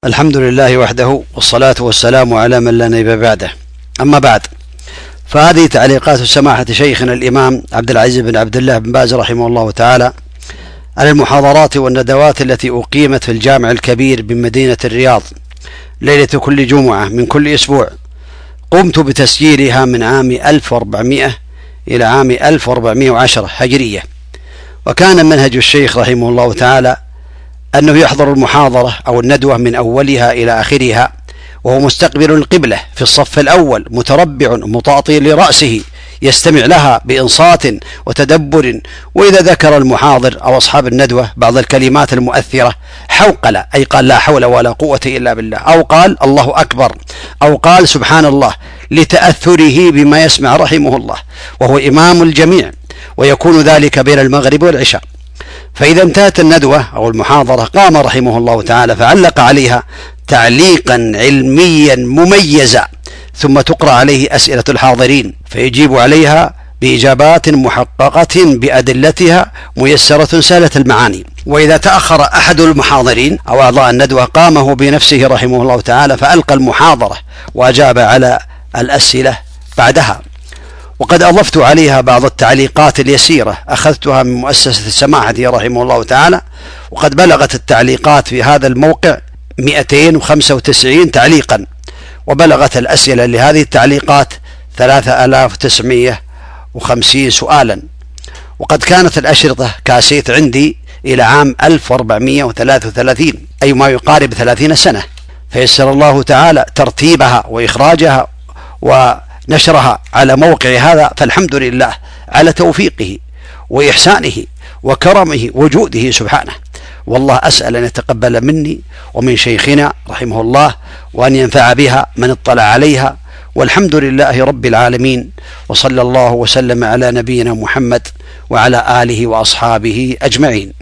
الحمد لله وحده، والصلاة والسلام على من لا نبي بعده. أما بعد، فهذه تعليقات سماحة شيخنا الإمام عبد العزيز بن عبد الله بن باز رحمه الله تعالى على المحاضرات والندوات التي أقيمت في الجامع الكبير بمدينة الرياض ليلة كل جمعة من كل أسبوع. قمت بتسجيلها من عام 1400 إلى عام 1410 هجرية. وكان منهج الشيخ رحمه الله تعالى أنه يحضر المحاضرة أو الندوة من أولها إلى آخرها وهو مستقبل القبلة في الصف الأول، متربع مطاطي لرأسه، يستمع لها بإنصات وتدبر. وإذا ذكر المحاضر أو أصحاب الندوة بعض الكلمات المؤثرة حوقل، أي قال لا حول ولا قوة إلا بالله، أو قال الله أكبر، أو قال سبحان الله، لتأثره بما يسمع رحمه الله، وهو إمام الجميع، ويكون ذلك بين المغرب والعشاء. فإذا انتهت الندوة أو المحاضرة قام رحمه الله تعالى فعلق عليها تعليقا علميا مميزا، ثم تقرأ عليه أسئلة الحاضرين فيجيب عليها بإجابات محققة بأدلتها ميسرة سهلة المعاني. وإذا تأخر أحد المحاضرين أو أعضاء الندوة قام هو بنفسه رحمه الله تعالى فألقى المحاضرة وأجاب على الأسئلة بعدها. وقد أضفت عليها بعض التعليقات اليسيرة أخذتها من مؤسسة سماحته رحمه الله تعالى، وقد بلغت التعليقات في هذا الموقع 295 تعليقا، وبلغت الأسئلة لهذه التعليقات 3950 سؤالا. وقد كانت الأشرطة كاسيت عندي إلى عام 1433، أي ما يقارب 30 سنة، فيسر الله تعالى ترتيبها وإخراجها ونشرها على موقع هذا، فالحمد لله على توفيقه وإحسانه وكرمه وجوده سبحانه. والله أسأل أن يتقبل مني ومن شيخنا رحمه الله، وأن ينفع بها من اطلع عليها، والحمد لله رب العالمين، وصلى الله وسلم على نبينا محمد وعلى آله وأصحابه أجمعين.